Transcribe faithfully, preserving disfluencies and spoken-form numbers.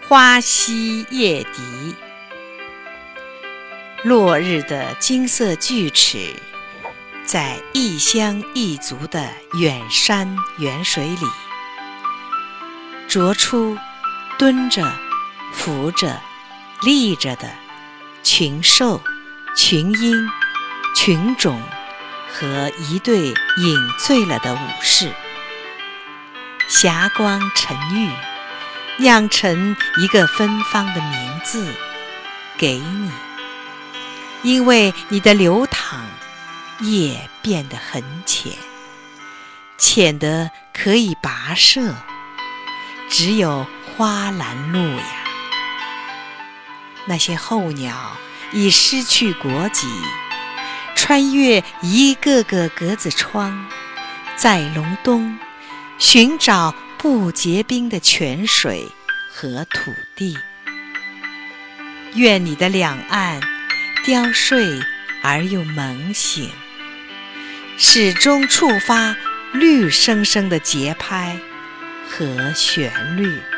花溪夜笛。落日的金色锯齿，在异乡异族的远山远水里，啄出蹲着、伏着、立着的群兽、群鹰、群种和一对饮醉了的武士。霞光沉郁，酿成一个芬芳的名字给你，因为你的流淌夜变得很浅，浅得可以跋涉，只有花拦路呀。那些候鸟已失去国籍，穿越一个个格子窗，在隆冬寻找不结冰的泉水和土地。愿你的两岸凋睡而又猛醒，始终触发绿生生的节拍和旋律。